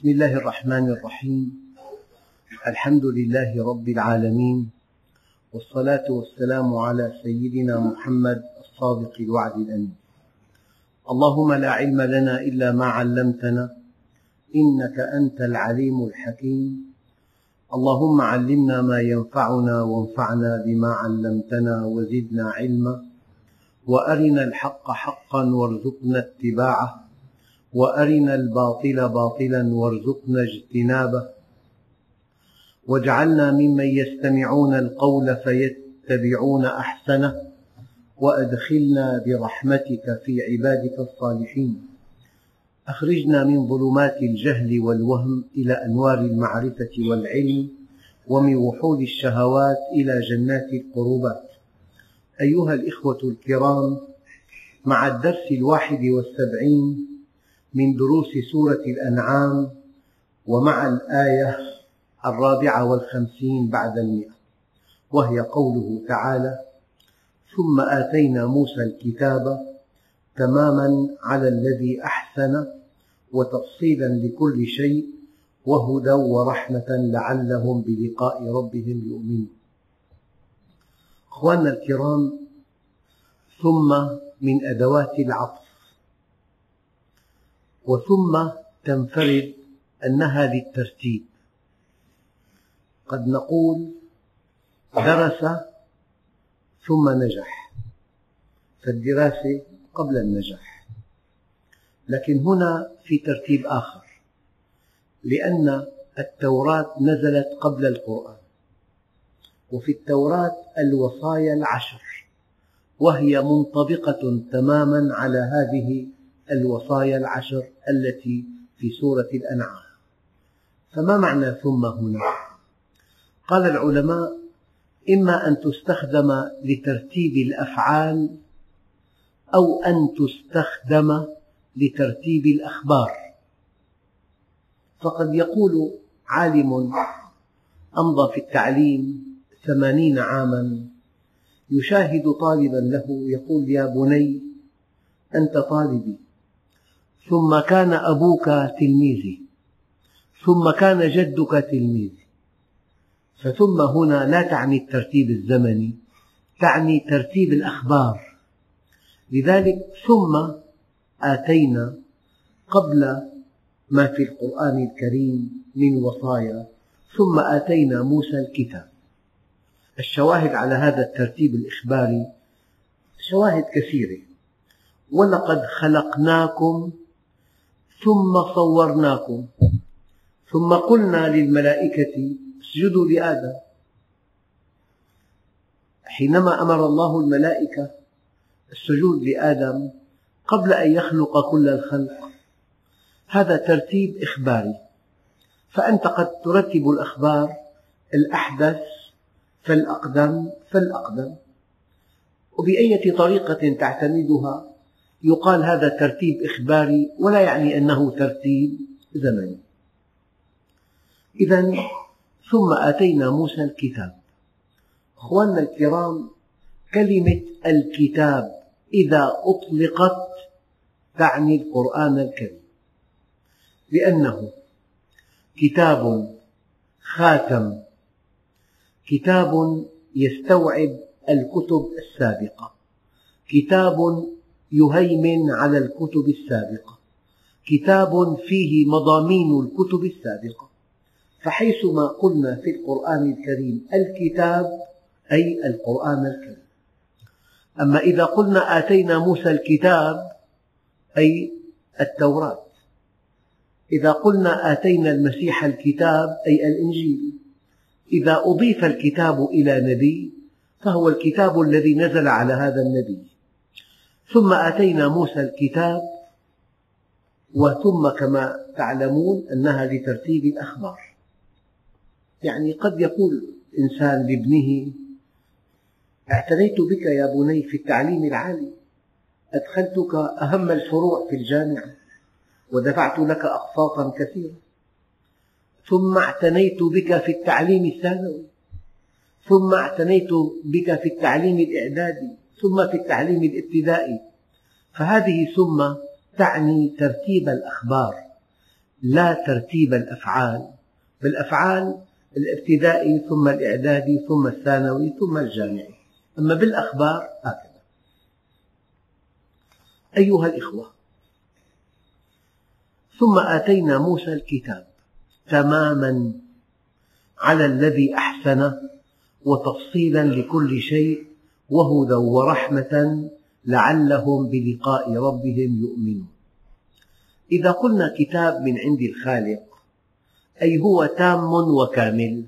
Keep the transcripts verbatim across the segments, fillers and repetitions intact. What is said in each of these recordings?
بسم الله الرحمن الرحيم. الحمد لله رب العالمين، والصلاة والسلام على سيدنا محمد الصادق الوعد الأمين. اللهم لا علم لنا إلا ما علمتنا إنك أنت العليم الحكيم. اللهم علمنا ما ينفعنا وانفعنا بما علمتنا وزدنا علما، وأرنا الحق حقا وارزقنا اتباعه، وأرنا الباطل باطلا وارزقنا اجتنابه، واجعلنا ممن يستمعون القول فيتبعون أحسنه، وأدخلنا برحمتك في عبادك الصالحين. أخرجنا من ظلمات الجهل والوهم إلى أنوار المعرفة والعلم، ومن وحول الشهوات إلى جنات القربات. أيها الإخوة الكرام، مع الدرس الواحد والسبعين من دروس سورة الأنعام، ومع الآية الرابعة والخمسين بعد المئة، وهي قوله تعالى: ثم آتينا موسى الكتاب تماما على الذي أحسن وتفصيلا لكل شيء وهدى ورحمة لعلهم بلقاء ربهم يؤمنون. أخواننا الكرام، ثم من أدوات العطف، وثم تنفرد أنها للترتيب. قد نقول درس ثم نجح، فالدراسة قبل النجاح، لكن هنا في ترتيب آخر، لأن التوراة نزلت قبل القرآن، وفي التوراة الوصايا العشر، وهي منطبقة تماما على هذه الوصايا العشر التي في سورة الأنعام. فما معنى ثم هنا؟ قال العلماء: إما أن تستخدم لترتيب الأفعال، أو أن تستخدم لترتيب الأخبار. فقد يقول عالم أمضى في التعليم ثمانين عاما يشاهد طالبا له يقول: يا بني أنت طالبي، ثم كان أبوك تلميذي، ثم كان جدك تلميذي. فثم هنا لا تعني الترتيب الزمني، تعني ترتيب الأخبار. لذلك ثم آتينا قبل ما في القرآن الكريم من وصايا، ثم آتينا موسى الكتاب. الشواهد على هذا الترتيب الإخباري شواهد كثيرة. ولقد خلقناكم ثم صورناكم ثم قلنا للملائكة اسجدوا لآدم. حينما أمر الله الملائكة السجود لآدم قبل أن يخلق كل الخلق، هذا ترتيب إخباري. فأنت قد ترتب الأخبار الأحدث فالأقدم فالأقدم، وبأية طريقة تعتمدها يقال هذا ترتيب إخباري، ولا يعني أنه ترتيب زمني. إذن ثم آتينا موسى الكتاب. أخواننا الكرام، كلمة الكتاب إذا أطلقت تعني القرآن الكريم، لأنه كتاب خاتم، كتاب يستوعب الكتب السابقة، كتاب يهيمن على الكتب السابقة، كتاب فيه مضامين الكتب السابقة. فحيثما قلنا في القرآن الكريم الكتاب أي القرآن الكريم. أما إذا قلنا آتينا موسى الكتاب أي التوراة، إذا قلنا آتينا المسيح الكتاب أي الإنجيل. إذا أضيف الكتاب إلى نبي فهو الكتاب الذي نزل على هذا النبي. ثم آتينا موسى الكتاب، وثم كما تعلمون أنها لترتيب الأخبار. يعني قد يقول إنسان لابنه: اعتنيت بك يا بني في التعليم العالي، أدخلتك أهم الفروع في الجامعة، ودفعت لك أقساطا كثيرة، ثم اعتنيت بك في التعليم الثانوي، ثم اعتنيت بك في التعليم الإعدادي، ثم في التعليم الابتدائي. فهذه ثم تعني ترتيب الأخبار، لا ترتيب الأفعال، بالأفعال الابتدائي ثم الإعدادي ثم الثانوي ثم الجامعي، أما بالأخبار هكذا. أيها الإخوة، ثم آتينا موسى الكتاب تماما على الذي أحسن وتفصيلا لكل شيء وهدى ورحمة لعلهم بلقاء ربهم يؤمنون. إذا قلنا كتاب من عند الخالق أي هو تام وكامل،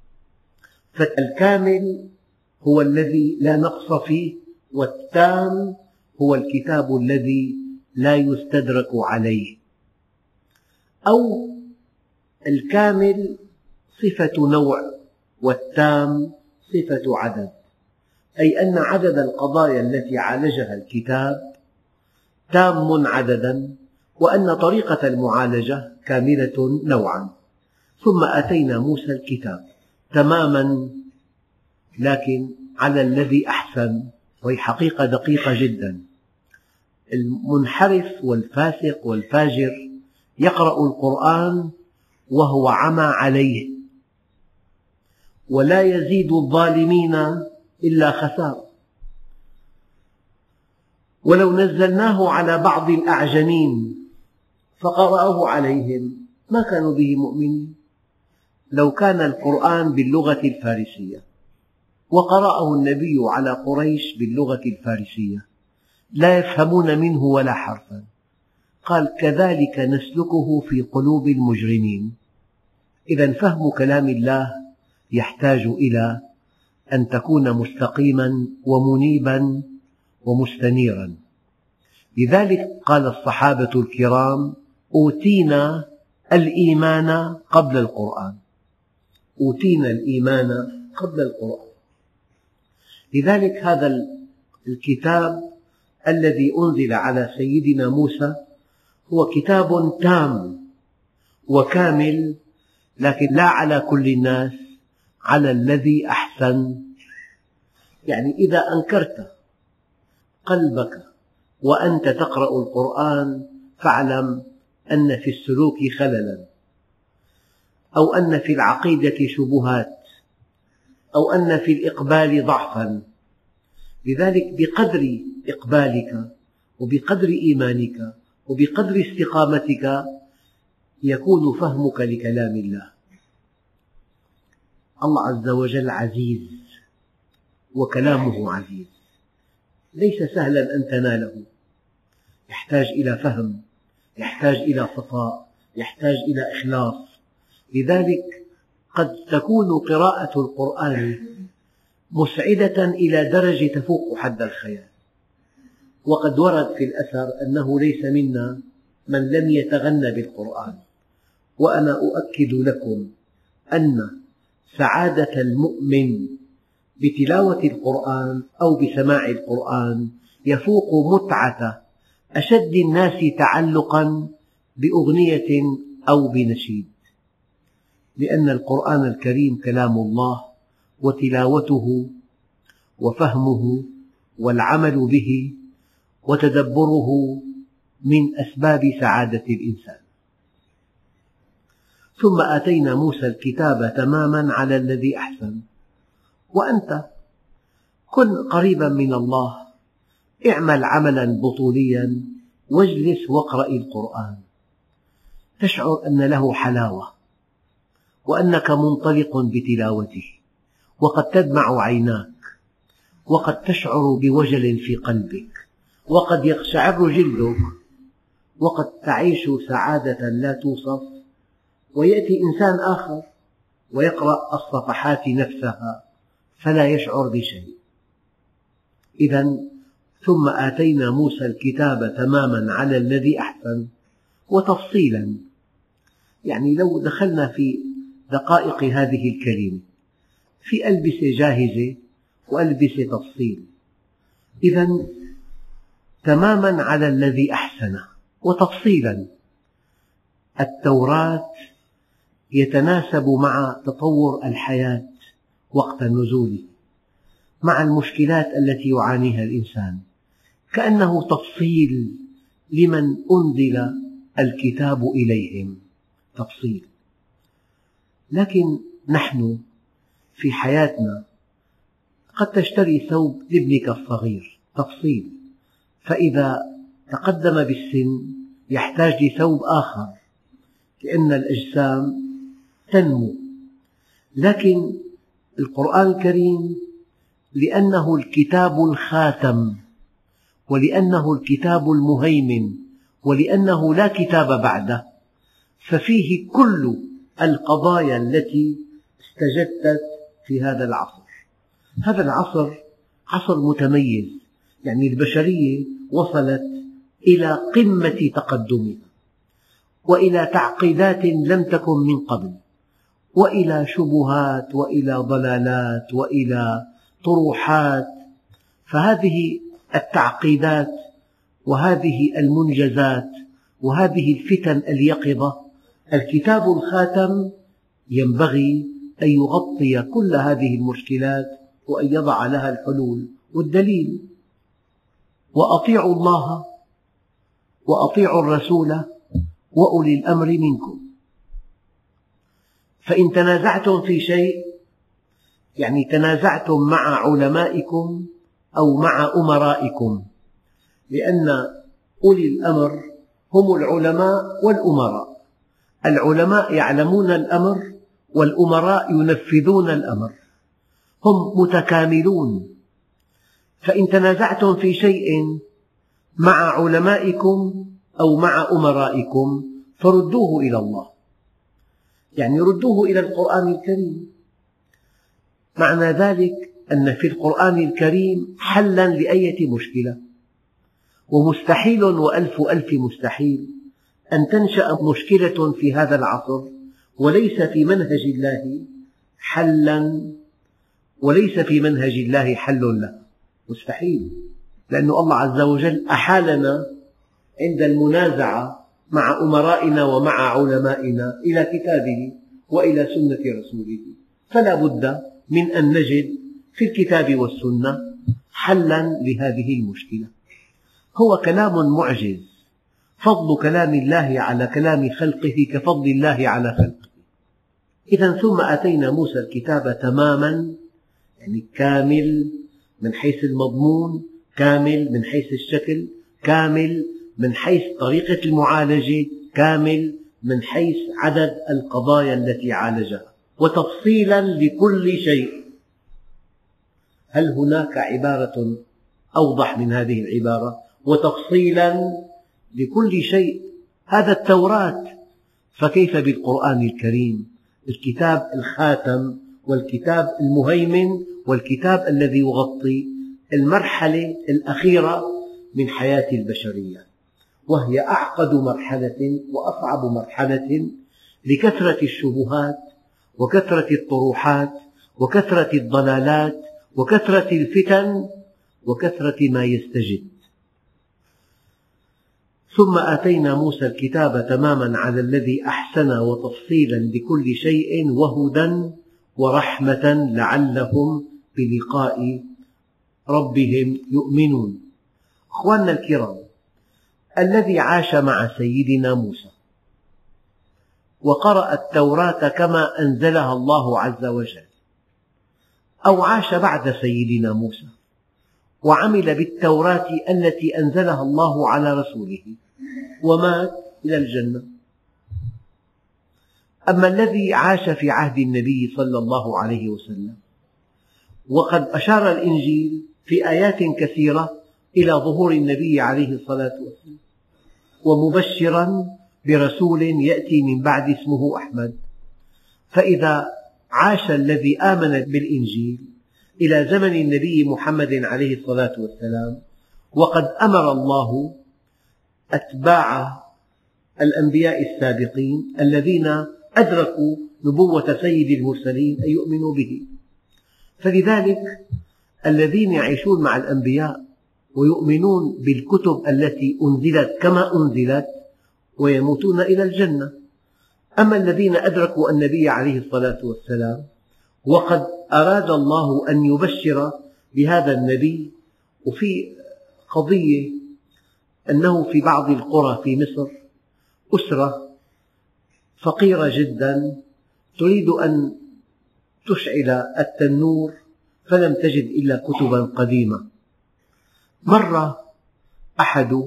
فالكامل هو الذي لا نقص فيه، والتام هو الكتاب الذي لا يستدرك عليه. أو الكامل صفة نوع والتام صفة عدد، أي أن عدد القضايا التي عالجها الكتاب تام عددا، وأن طريقة المعالجة كاملة نوعا. ثم آتينا موسى الكتاب تماما لكن على الذي أحسن، وهي حقيقة دقيقة جدا. المنحرف والفاسق والفاجر يقرأ القرآن وهو عمى عليه، ولا يزيد الظالمين إلا خسارة. ولو نزلناه على بعض الأعجمين فقرأه عليهم ما كانوا به مؤمنين. لو كان القرآن باللغة الفارسية وقرأه النبي على قريش باللغة الفارسية لا يفهمون منه ولا حرفا. قال كذلك نسلكه في قلوب المجرمين. إذا فهم كلام الله يحتاج إلى أن تكون مستقيما ومنيبا ومستنيرا. لذلك قال الصحابة الكرام أوتينا الإيمان قبل القرآن، أوتينا الإيمان قبل القرآن. لذلك هذا الكتاب الذي أنزل على سيدنا موسى هو كتاب تام وكامل، لكن لا على كل الناس، على الذي أحسن. يعني إذا أنكرت قلبك وأنت تقرأ القرآن فاعلم أن في السلوك خللا، أو أن في العقيدة شبهات، أو أن في الإقبال ضعفا. لذلك بقدر إقبالك وبقدر إيمانك وبقدر استقامتك يكون فهمك لكلام الله. الله عز وجل عزيز وكلامه عزيز، ليس سهلا أن تناله، يحتاج إلى فهم، يحتاج إلى صفاء، يحتاج إلى إخلاص. لذلك قد تكون قراءة القرآن مسعدة إلى درجة تفوق حد الخيال. وقد ورد في الأثر أنه ليس منا من لم يتغنى بالقرآن. وأنا أؤكد لكم أن سعادة المؤمن بتلاوة القرآن أو بسماع القرآن يفوق متعة أشد الناس تعلقا بأغنية أو بنشيد، لأن القرآن الكريم كلام الله، وتلاوته وفهمه والعمل به وتدبره من أسباب سعادة الإنسان. ثم آتينا موسى الكتاب تماما على الذي أحسن. وأنت كن قريبا من الله، اعمل عملا بطوليا واجلس واقرأ القرآن، تشعر أن له حلاوة وأنك منطلق بتلاوته، وقد تدمع عيناك، وقد تشعر بوجل في قلبك، وقد يقشعر جلدك، وقد تعيش سعادة لا توصف. ويأتي إنسان آخر ويقرأ الصفحات نفسها فلا يشعر بشيء. إذا ثم آتينا موسى الكتاب تماما على الذي أحسن وتفصيلا. يعني لو دخلنا في دقائق هذه الكلمة، في ألبسة جاهزة وألبسة تفصيل. إذا تماما على الذي أحسن وتفصيلا. التوراة يتناسب مع تطور الحياة وقت النزول، مع المشكلات التي يعانيها الإنسان، كأنه تفصيل لمن أنزل الكتاب إليهم. تفصيل. لكن نحن في حياتنا قد تشتري ثوب لابنك الصغير تفصيل، فإذا تقدم بالسن يحتاج لثوب آخر، لأن الأجسام تنمو. لكن القرآن الكريم لأنه الكتاب الخاتم، ولأنه الكتاب المهيمن، ولأنه لا كتاب بعده، ففيه كل القضايا التي استجدت في هذا العصر. هذا العصر عصر متميز، يعني البشرية وصلت إلى قمة تقدمها، وإلى تعقيدات لم تكن من قبل، وإلى شبهات، وإلى ضلالات، وإلى طروحات. فهذه التعقيدات وهذه المنجزات وهذه الفتن اليقظة، الكتاب الخاتم ينبغي أن يغطي كل هذه المشكلات وأن يضع لها الحلول. والدليل: وأطيعوا الله وأطيعوا الرسول وأولي الأمر منكم، فإن تنازعتم في شيء، يعني تنازعتم مع علمائكم أو مع أمرائكم، لأن أولي الأمر هم العلماء والأمراء. العلماء يعلمون الأمر، والأمراء ينفذون الأمر، هم متكاملون. فإن تنازعتم في شيء مع علمائكم أو مع أمرائكم فردوه إلى الله، يعني ردوه إلى القرآن الكريم. معنى ذلك أن في القرآن الكريم حلا لأية مشكلة، ومستحيل وألف ألف مستحيل أن تنشأ مشكلة في هذا العصر وليس في منهج الله حلا، وليس في منهج الله حل لها، مستحيل، لأن الله عز وجل أحالنا عند المنازعة مع أمرائنا ومع علمائنا إلى كتابه وإلى سنة رسوله، فلا بد من أن نجد في الكتاب والسنة حلا لهذه المشكلة. هو كلام معجز، فضل كلام الله على كلام خلقه كفضل الله على خلقه. إذا ثم آتينا موسى الكتاب تماما، يعني كامل من حيث المضمون، كامل من حيث الشكل، كامل من حيث طريقة المعالجة، كامل من حيث عدد القضايا التي عالجها، وتفصيلا لكل شيء. هل هناك عبارة أوضح من هذه العبارة؟ وتفصيلا لكل شيء. هذا التوراة، فكيف بالقرآن الكريم، الكتاب الخاتم والكتاب المهيمن والكتاب الذي يغطي المرحلة الأخيرة من حياة البشرية، وهي أعقد مرحلة وأصعب مرحلة لكثرة الشبهات وكثرة الطروحات وكثرة الضلالات وكثرة الفتن وكثرة ما يستجد. ثم آتينا موسى الكتاب تماما على الذي أحسن وتفصيلا لكل شيء وهدى ورحمة لعلهم بلقاء ربهم يؤمنون. أخواننا الكرام، الذي عاش مع سيدنا موسى وقرأ التوراة كما أنزلها الله عز وجل، أو عاش بعد سيدنا موسى وعمل بالتوراة التي أنزلها الله على رسوله ومات إلى الجنة. أما الذي عاش في عهد النبي صلى الله عليه وسلم، وقد أشار الإنجيل في آيات كثيرة إلى ظهور النبي عليه الصلاة والسلام، ومبشرا برسول يأتي من بعد اسمه أحمد. فإذا عاش الذي آمن بالإنجيل إلى زمن النبي محمد عليه الصلاة والسلام، وقد أمر الله أتباع الأنبياء السابقين الذين أدركوا نبوة سيد المرسلين أن يؤمنوا به. فلذلك الذين يعيشون مع الأنبياء ويؤمنون بالكتب التي أنزلت كما أنزلت ويموتون إلى الجنة. أما الذين أدركوا النبي عليه الصلاة والسلام وقد أراد الله أن يبشر بهذا النبي، وفي قضية أنه في بعض القرى في مصر أسرة فقيرة جدا تريد أن تشعل التنور فلم تجد إلا كتبا قديمة. مر أحد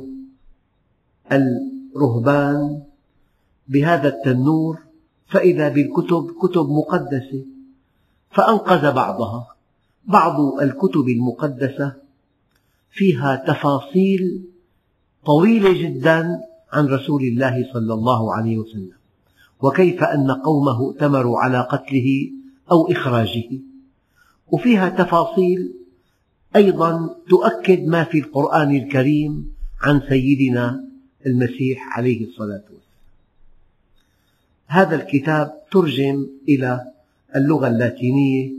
الرهبان بهذا التنور فإذا بالكتب كتب مقدسة، فأنقذ بعضها. بعض الكتب المقدسة فيها تفاصيل طويلة جدا عن رسول الله صلى الله عليه وسلم، وكيف أن قومه ائتمروا على قتله أو إخراجه، وفيها تفاصيل أيضا تؤكد ما في القرآن الكريم عن سيدنا المسيح عليه الصلاة والسلام. هذا الكتاب ترجم إلى اللغة اللاتينية،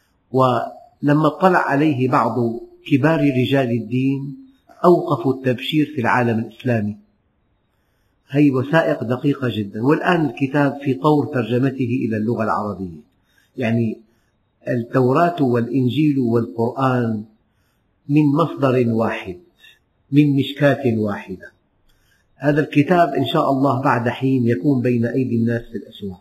ولما اطلع عليه بعض كبار رجال الدين أوقفوا التبشير في العالم الإسلامي. هذه وثائق دقيقة جدا، والآن الكتاب في طور ترجمته إلى اللغة العربية. يعني التوراة والإنجيل والقرآن من مصدر واحد، من مشكاة واحدة. هذا الكتاب إن شاء الله بعد حين يكون بين أيدي الناس في الأسواق.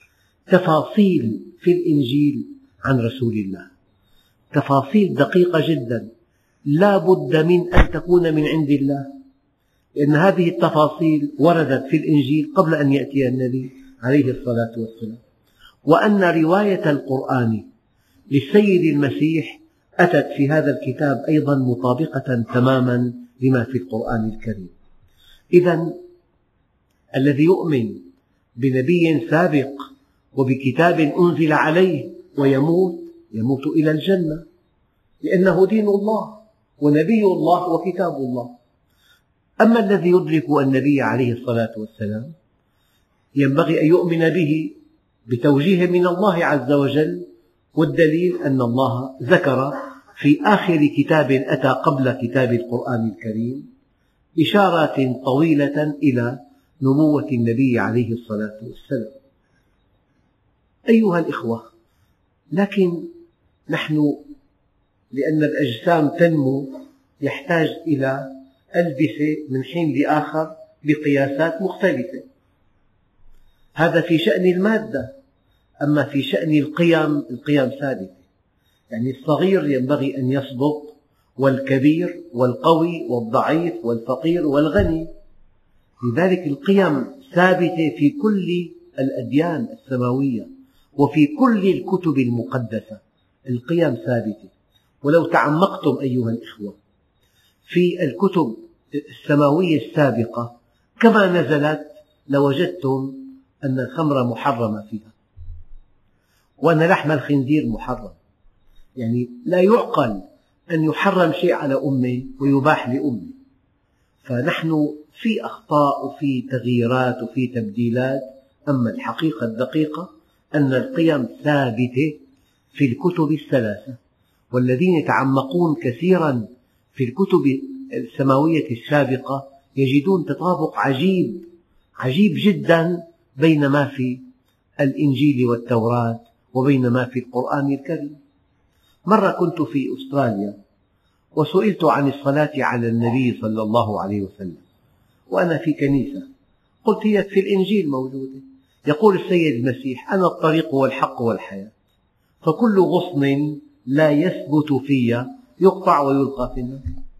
تفاصيل في الإنجيل عن رسول الله، تفاصيل دقيقة جدا لا بد من أن تكون من عند الله، لأن هذه التفاصيل وردت في الإنجيل قبل أن يأتي النبي عليه الصلاة والسلام. وأن رواية القرآن للسيد المسيح أتت في هذا الكتاب أيضا مطابقة تماما لما في القرآن الكريم. إذن الذي يؤمن بنبي سابق وبكتاب أنزل عليه ويموت يموت إلى الجنة، لأنه دين الله ونبي الله وكتاب الله. أما الذي يدرك النبي عليه الصلاة والسلام ينبغي أن يؤمن به بتوجيه من الله عز وجل، والدليل أن الله ذكر في آخر كتاب أتى قبل كتاب القرآن الكريم إشارات طويلة إلى نبوة النبي عليه الصلاة والسلام. أيها الإخوة، لكن نحن لأن الأجسام تنمو يحتاج إلى ألبسة من حين لآخر بقياسات مختلفة. هذا في شأن المادة. أما في شأن القيم، القيم ثابتة. يعني الصغير ينبغي أن يصدق، والكبير والقوي والضعيف والفقير والغني. لذلك القيم ثابتة في كل الأديان السماوية وفي كل الكتب المقدسة. القيم ثابتة. ولو تعمقتم أيها الإخوة في الكتب السماوية السابقة كما نزلت لوجدتم أن الخمر محرمة فيها، وأن لحم الخنزير محرم. يعني لا يعقل أن يحرم شيء على أمة ويباح لأمة. فنحن في أخطاء وفي تغييرات وفي تبديلات، أما الحقيقة الدقيقة أن القيم ثابتة في الكتب الثلاثة. والذين يتعمقون كثيرا في الكتب السماوية السابقة يجدون تطابق عجيب عجيب جدا بين ما في الإنجيل والتوراة وبين ما في القرآن الكريم. مرة كنت في أستراليا وسئلت عن الصلاة على النبي صلى الله عليه وسلم وأنا في كنيسة، قلت هي في الإنجيل موجودة. يقول السيد المسيح: أنا الطريق والحق والحياة، فكل غصن لا يثبت في يقطع ويلقى في النار.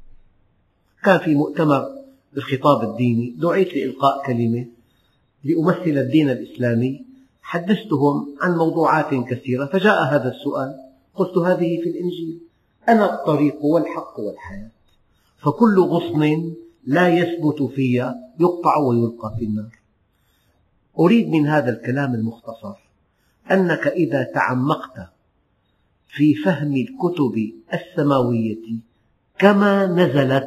كان في مؤتمر الخطاب الديني، دعيت لإلقاء كلمة لأمثل الدين الإسلامي، حدثتهم عن موضوعات كثيرة فجاء هذا السؤال، قلت هذه في الإنجيل: أنا الطريق والحق والحياة، فكل غصن لا يثبت في يقطع ويلقى في النار. أريد من هذا الكلام المختصر أنك إذا تعمقت في فهم الكتب السماوية كما نزلت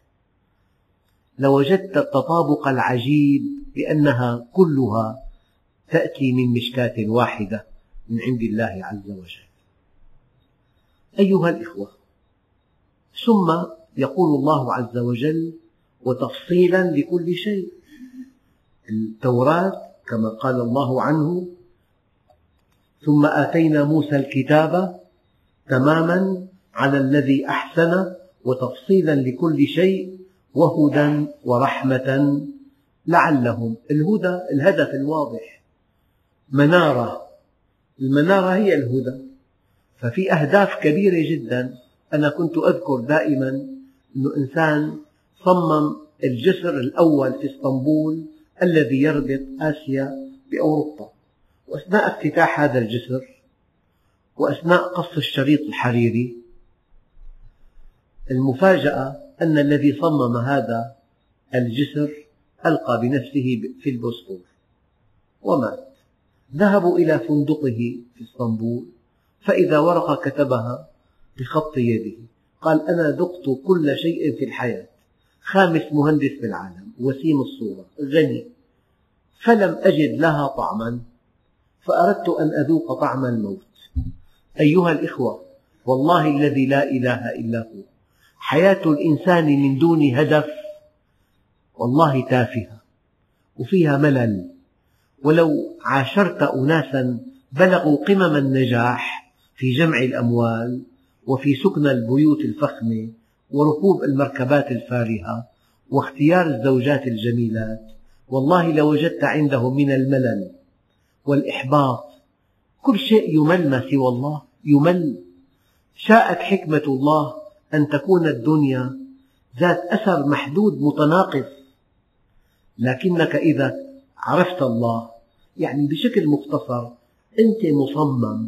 لوجدت التطابق العجيب، لأنها كلها تأتي من مشكاة واحدة من عند الله عز وجل. أيها الإخوة، ثم يقول الله عز وجل: وتفصيلا لكل شيء. التوراة كما قال الله عنه: ثم آتينا موسى الكتاب تماما على الذي أحسن وتفصيلا لكل شيء وهدى ورحمة لعلهم. الهدى الهدف الواضح، منارة، المنارة هي الهدى. ففي أهداف كبيرة جدا. أنا كنت أذكر دائما أن إنسان صمم الجسر الأول في اسطنبول الذي يربط آسيا بأوروبا، وأثناء افتتاح هذا الجسر وأثناء قص الشريط الحريري، المفاجأة أن الذي صمم هذا الجسر ألقى بنفسه في البوسفور ومات. ذهبوا إلى فندقه في اسطنبول فإذا ورقة كتبها بخط يده، قال: أنا ذقت كل شيء في الحياة، خامس مهندس في العالم، وسيم الصورة، غني، فلم أجد لها طعما، فأردت أن أذوق طعم الموت. أيها الإخوة، والله الذي لا إله إلا هو، حياة الإنسان من دون هدف والله تافهة وفيها ملل. ولو عاشرت أناسا بلغوا قمم النجاح في جمع الأموال وفي سكن البيوت الفخمة وركوب المركبات الفارهة واختيار الزوجات الجميلات، والله لوجدت عندهم من الملل والإحباط كل شيء يمل ما سوى الله، يمل. شاءت حكمة الله أن تكون الدنيا ذات أثر محدود متناقص، لكنك إذا عرفت الله، يعني بشكل مختصر، أنت مصمم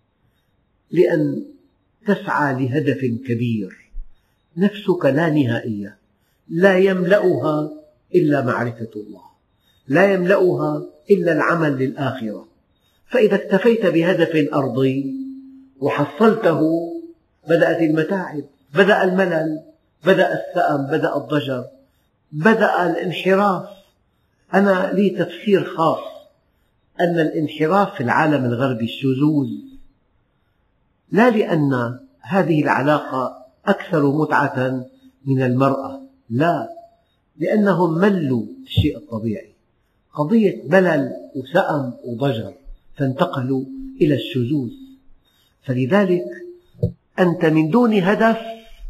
لأن تسعى لهدف كبير، نفسك لا نهائية، لا يملأها إلا معرفة الله، لا يملأها إلا العمل للآخرة. فإذا اكتفيت بهدف أرضي وحصلته بدأت المتاعب، بدأ الملل، بدأ السأم، بدأ الضجر، بدأ الانحراف. أنا لي تفسير خاص أن الانحراف في العالم الغربي الشذوذ، لا لأن هذه العلاقة أكثر متعة من المرأة، لا، لأنهم ملوا الشيء الطبيعي، قضية ملل وسأم وضجر، فانتقلوا إلى الشذوذ. فلذلك أنت من دون هدف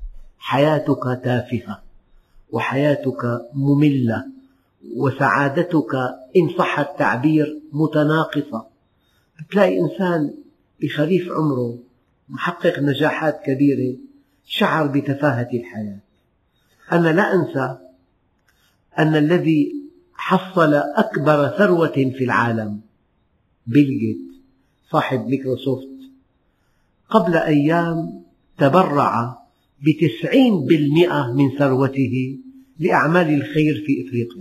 حياتك تافهة وحياتك مملة وسعادتك إن صح التعبير متناقصة. تلاقي إنسان بخريف عمره محقق نجاحات كبيرة شعر بتفاهة الحياة. أنا لا أنسى أن الذي حصل أكبر ثروة في العالم بيل غيتس صاحب ميكروسوفت قبل أيام تبرع بتسعين بالمئة من ثروته لأعمال الخير في إفريقيا،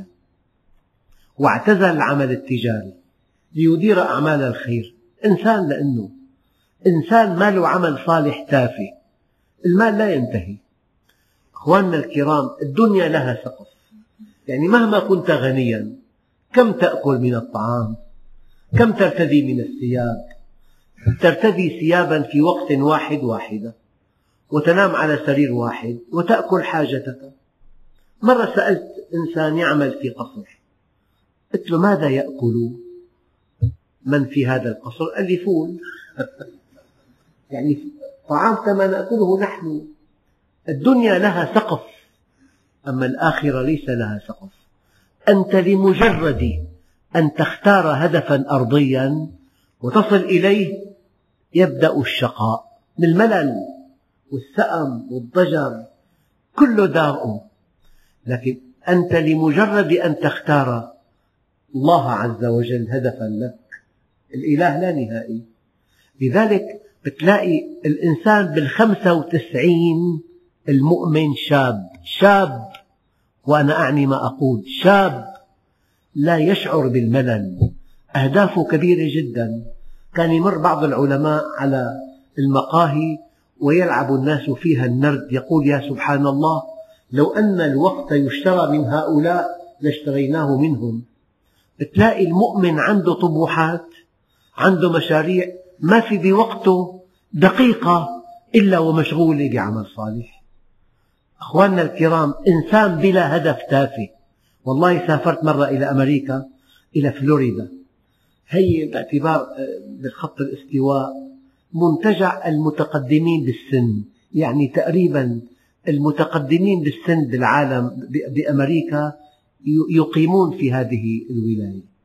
واعتزل العمل التجاري ليدير أعمال الخير. إنسان، لأنه إنسان ما له عمل صالح تافه. المال لا ينتهي. أخواننا الكرام، الدنيا لها سقف، يعني مهما كنت غنيا كم تأكل من الطعام، كم ترتدي من الثياب، ترتدي ثيابا في وقت واحد واحدة، وتنام على سرير واحد، وتأكل حاجتك. مرة سألت إنسان يعمل في قصر، قلت له: ماذا يأكل من في هذا القصر؟ قال لي: فول. يعني طعام كما نأكله نحن. الدنيا لها سقف، أما الآخرة ليس لها سقف. أنت لمجرد أن تختار هدفا أرضيا وتصل إليه يبدأ الشقاء من الملل والسأم والضجر، كله داء. لكن أنت لمجرد أن تختار الله عز وجل هدفا لك، الإله لا نهائي. لذلك بتلاقي الإنسان بالخمسة وتسعين المؤمن شاب، شاب، وأنا أعني ما أقول، شاب لا يشعر بالملل، أهدافه كبيرة جدا. كان يمر بعض العلماء على المقاهي ويلعب الناس فيها النرد، يقول: يا سبحان الله، لو أن الوقت يشترى من هؤلاء لاشتريناه منهم. بتلاقي المؤمن عنده طموحات، عنده مشاريع، ما في بوقته دقيقة إلا ومشغول بعمل صالح. أخواننا الكرام، إنسان بلا هدف تافه. والله سافرت مرة إلى أمريكا، إلى فلوريدا، هي باعتبار بالخط الاستواء منتجع المتقدمين بالسن، يعني تقريبا المتقدمين بالسن بالعالم بأمريكا يقيمون في هذه الولاية.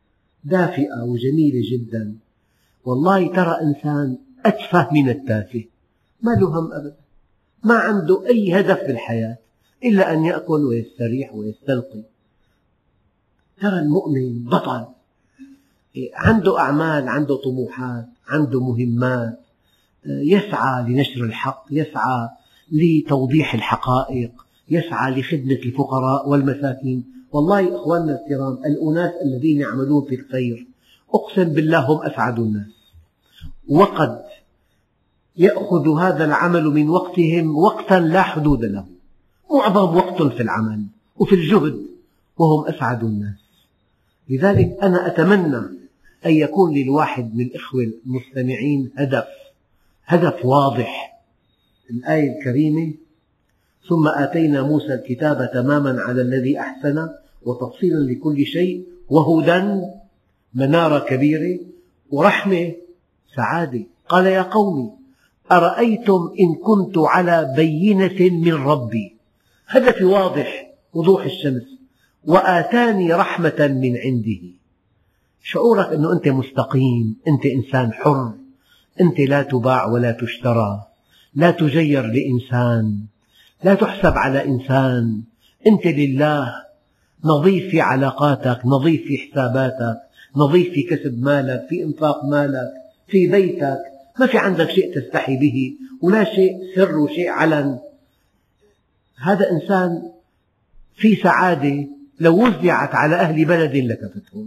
دافئة وجميلة جدا. والله ترى إنسان أتفه من التافه، ما له هم أبدا، ما عنده أي هدف بالحياة إلا أن يأكل ويستريح ويستلقي. ترى المؤمن بطل، عنده أعمال، عنده طموحات، عنده مهمات، يسعى لنشر الحق، يسعى لتوضيح الحقائق، يسعى لخدمة الفقراء والمساكين. والله إخواننا الكرام، الأناس الذين يعملون في الخير أقسم بالله هم أسعد الناس، وقد يأخذ هذا العمل من وقتهم وقتا لا حدود له، معظم وقت في العمل وفي الجهد، وهم أسعد الناس. لذلك أنا أتمنى أن يكون للواحد من الإخوة المستمعين هدف، هدف واضح. الآية الكريمة: ثم آتينا موسى الكتاب تماما على الذي أحسن وتفصيلا لكل شيء وهدى، منارة كبيرة، ورحمة، سعادة. قال يا قوم أرأيتم إن كنت على بينة من ربي، هدفي واضح وضوح الشمس، وآتاني رحمة من عنده. شعورك أنه أنت مستقيم، أنت إنسان حر، أنت لا تباع ولا تشترى، لا تجير لإنسان، لا تحسب على إنسان، أنت لله، نظيف في علاقاتك، نظيف في حساباتك، نظيف في كسب مالك، في إنفاق مالك، في بيتك، ما في عندك شيء تستحي به ولا شيء سر وشيء علن. هذا إنسان في سعادة لو وزعت على أهل بلد لكفتهم،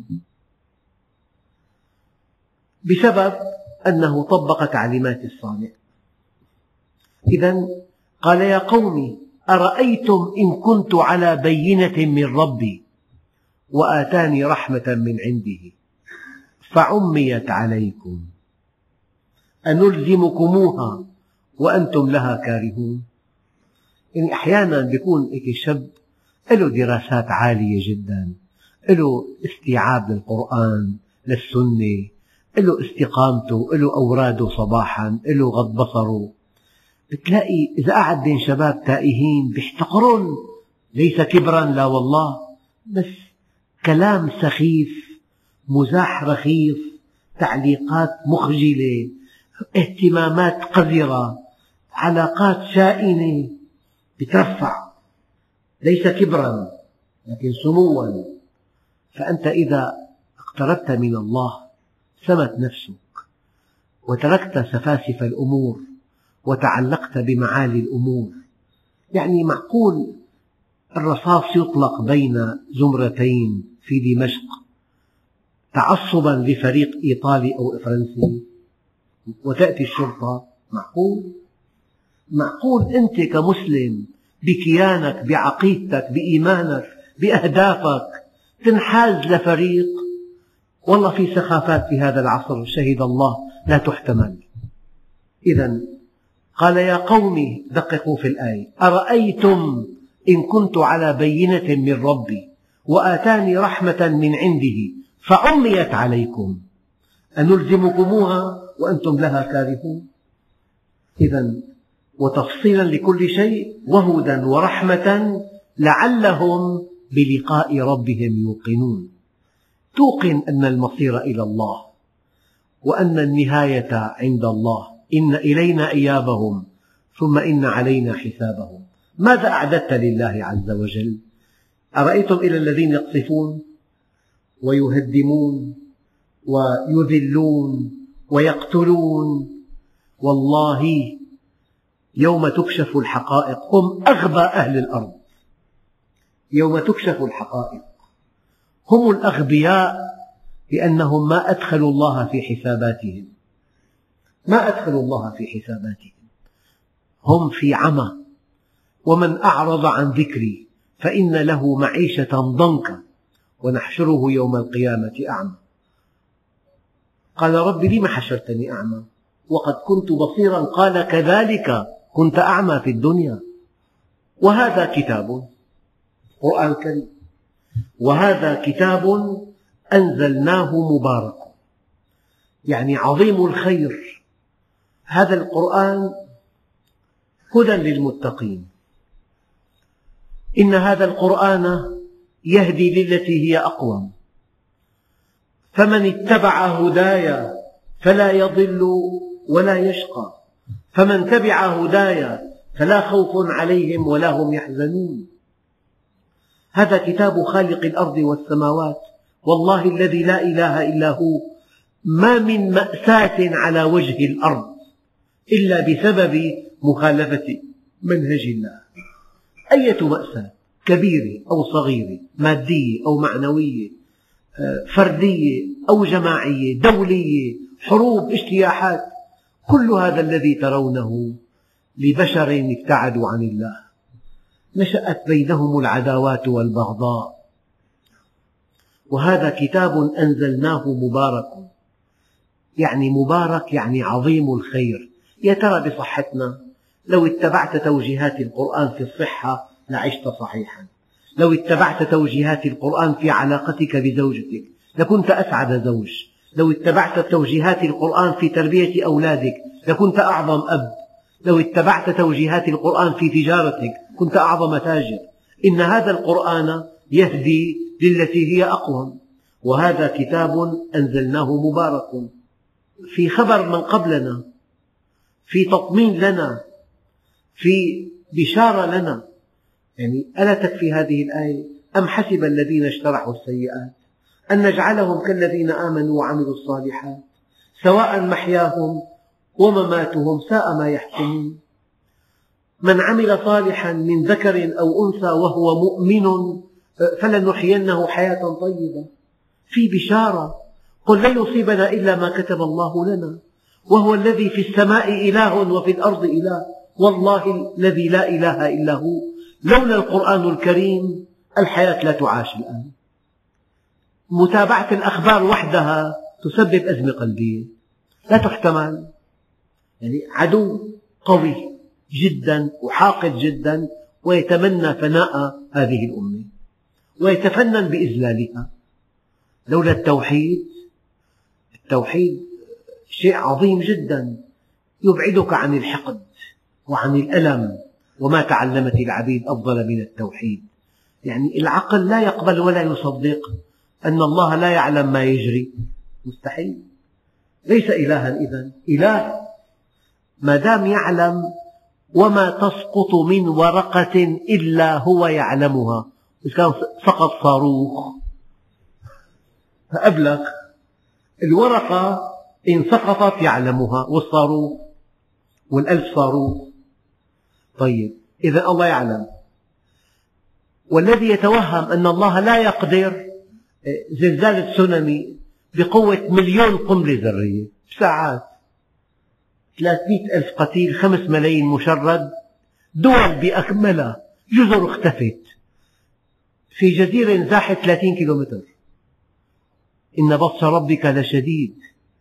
بسبب أنه طبق تعليمات الصانع. إذن قال يا قوم أرأيتم إن كنت على بينة من ربي وآتاني رحمة من عنده فعميت عليكم أنلزمكموها وأنتم لها كارهون. يعني أحيانا يكون شاب له دراسات عالية جدا، له استيعاب للقرآن للسنة، له استقامته، له أوراده صباحا، له غض بصره، بتلاقي إذا قعد بين شباب تائهين بيحتقرون، ليس كبرا لا والله، بس كلام سخيف، مزاح رخيص، تعليقات مخجلة، اهتمامات قذرة، علاقات شائنة، بترفع، ليس كبرا لكن سموا. فأنت إذا اقتربت من الله سمت نفسك وتركت سفاسف الأمور وتعلقت بمعالي الأمور. يعني معقول الرصاص يطلق بين زمرتين في دمشق تعصبا لفريق إيطالي أو فرنسي وتأتي الشرطة؟ معقول؟ معقول أنت كمسلم بكيانك، بعقيدتك، بإيمانك، بأهدافك تنحاز لفريق؟ والله في سخافات في هذا العصر شهد الله لا تحتمل. إذن قال يا قوم، دققوا في الآية، أرأيتم إن كنت على بينة من ربي وآتاني رحمة من عنده فعميت عليكم أنلزمكموها وأنتم لها كارهون. إذن وتفصيلا لكل شيء وهدى ورحمة لعلهم بلقاء ربهم يوقنون. توقن أن المصير إلى الله وأن النهاية عند الله، إن إلينا إيابهم ثم إن علينا حسابهم. ماذا أعددت لله عز وجل؟ أرأيتم إلى الذين يقصفون ويهدمون ويذلون ويقتلون، والله يوم تكشف الحقائق هم أغبى أهل الأرض. يوم تكشف الحقائق هم الأغبياء، لأنهم ما أدخلوا الله في حساباتهم، ما أدخلوا الله في حساباتهم، هم في عمى. ومن أعرض عن ذكري فإن له معيشة ضنكا ونحشره يوم القيامة أعمى. قال رب لم حشرتني أعمى وقد كنت بصيرا؟ قال كذلك كنت أعمى في الدنيا. وهذا كتاب، قرآن كريم، وهذا كتاب أنزلناه مبارك، يعني عظيم الخير. هذا القرآن هدى للمتقين. إن هذا القرآن يهدي للتي هي أقوم. فمن اتبع هداي فلا يضل ولا يشقى، فمن تبع هداي فلا خوف عليهم ولا هم يحزنون. هذا كتاب خالق الأرض والسماوات، والله الذي لا إله إلا هو، ما من مأساة على وجه الأرض إلا بسبب مخالفة منهج الله. أية مأساة كبيرة أو صغيرة، مادية أو معنوية، فردية أو جماعية، دولية، حروب، اجتياحات، كل هذا الذي ترونه لبشر ابتعدوا عن الله، نشأت بينهم العداوات والبغضاء. وهذا كتاب أنزلناه مبارك، يعني مبارك يعني عظيم الخير. يا ترى بصحتنا لو اتبعت توجيهات القرآن في الصحة لعشت صحيحا، لو اتبعت توجيهات القرآن في علاقتك بزوجتك لكنت أسعد زوج، لو اتبعت توجيهات القرآن في تربية أولادك لكنت أعظم أب، لو اتبعت توجيهات القرآن في تجارتك كنت أعظم تاجر. إن هذا القرآن يهدي للتي هي أقوم، وهذا كتاب أنزلناه مبارك. في خبر من قبلنا، في تطمين لنا، في بشارة لنا. يعني ألا تكفي هذه الآية؟ أم حسب الذين اجترحوا السيئات أن نجعلهم كالذين آمنوا وعملوا الصالحات سواء محياهم ومماتهم ساء ما يحكمون. من عمل صالحا من ذكر أو أنثى وهو مؤمن فلنحيينه حياة طيبة. في بشارة، قل لن يصيبنا إلا ما كتب الله لنا، وهو الذي في السماء إله وفي الأرض إله، والله الذي لا إله إلا هو. لولا القرآن الكريم الحياة لا تعاش الآن. متابعة الأخبار وحدها تسبب أزمة قلبية لا تحتمل. يعني عدو قوي جدا وحاقد جدا ويتمنى فناء هذه الأمة ويتفنن بإذلالها. لولا التوحيد، التوحيد شيء عظيم جدا يبعدك عن الحقد وعن الألم، وما تعلمت العبيد أفضل من التوحيد. يعني العقل لا يقبل ولا يصدق أن الله لا يعلم ما يجري، مستحيل. ليس إلها إذن، إله ما دام يعلم وما تسقط من ورقة إلا هو يعلمها. إذا كان سقط صاروخ فأبلغ، الورقة إن سقطت يعلمها، والصاروخ والألف صاروخ. طيب إذا الله يعلم. والذي يتوهم أن الله لا يقدر، زلزال تسونامي بقوة مليون قنبلة ذرية بساعات، ثلاثمئة ألف قتيل، خمس ملايين مشرد، دول بأكملها، جزر اختفت في جزيرة انزاحت ثلاثين كيلومتر. إن بطش ربك لشديد.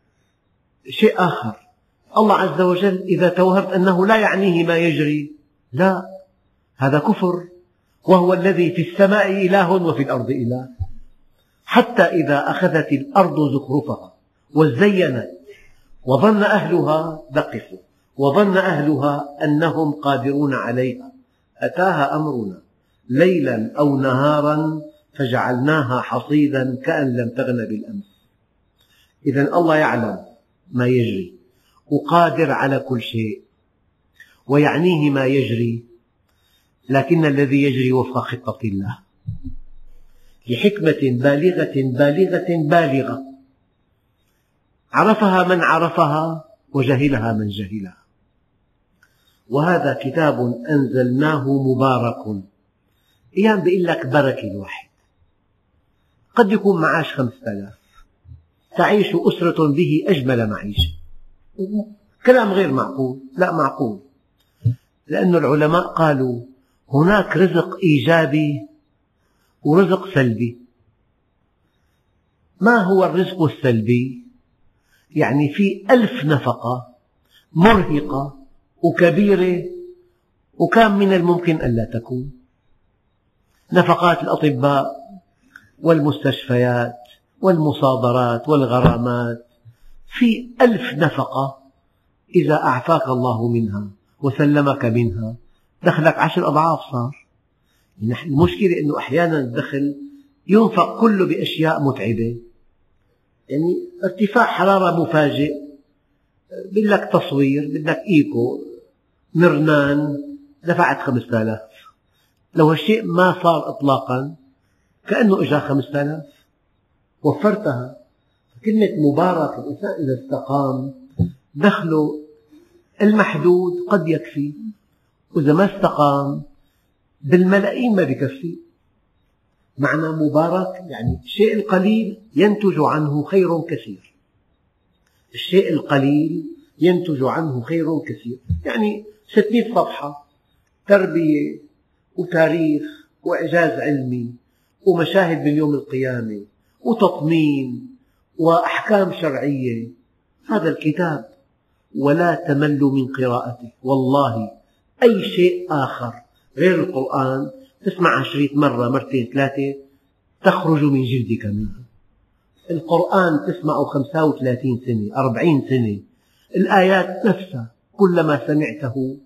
شيء آخر، الله عز وجل إذا توهمت أنه لا يعنيه ما يجري، لا، هذا كفر. وهو الذي في السماء إله وفي الأرض إله. حتى إذا أخذت الأرض زخرفها وزينت وظن أهلها دققوا وظن أهلها أنهم قادرون عليها أتاها أمرنا ليلا أو نهارا فجعلناها حصيدا كأن لم تغن بالأمس. إذن الله يعلم ما يجري وقادر على كل شيء ويعنيه ما يجري، لكن الذي يجري وفق خطة الله لحكمة بالغة بالغة بالغة عرفها من عرفها وجهلها من جهلها. وهذا كتاب أنزلناه مبارك. أيام بيقول لك بركة الواحد، قد يكون معاش خمسة آلاف تعيش أسرة به أجمل معيشة. كلام غير معقول، لا معقول، لأن العلماء قالوا هناك رزق إيجابي ورزق سلبي. ما هو الرزق السلبي؟ يعني في ألف نفقة مرهقة وكبيرة وكان من الممكن ألا تكون. نفقات الأطباء والمستشفيات والمصادرات والغرامات، في ألف نفقة إذا أعفاك الله منها وسلمك منها دخلك عشر أضعاف صار. المشكلة أنه أحيانا الدخل ينفق كله بأشياء متعبة. يعني ارتفاع حرارة مفاجئ، بدك تصوير، بدك إيكو مرنان، دفعت خمسة آلاف. لو هالشيء ما صار إطلاقا كأنه إجا خمسة آلاف، وفرتها. كلمة مبارك، الإنسان إذا استقام دخله المحدود قد يكفي، وإذا ما استقام بالملايين ما بيكفي. معنى مبارك يعني الشيء القليل ينتج عنه خير كثير، الشيء القليل ينتج عنه خير كثير. يعني ستمئة صفحة تربية وتاريخ وإعجاز علمي ومشاهد من يوم القيامة وتطمين وأحكام شرعية، هذا الكتاب ولا تمل من قراءته. والله أي شيء آخر غير القرآن تسمع شريط مرة مرتين ثلاثة تخرج من جلدك منه. القرآن تسمعه خمسة وثلاثين سنة أربعين سنة، الآيات نفسها كلما سمعته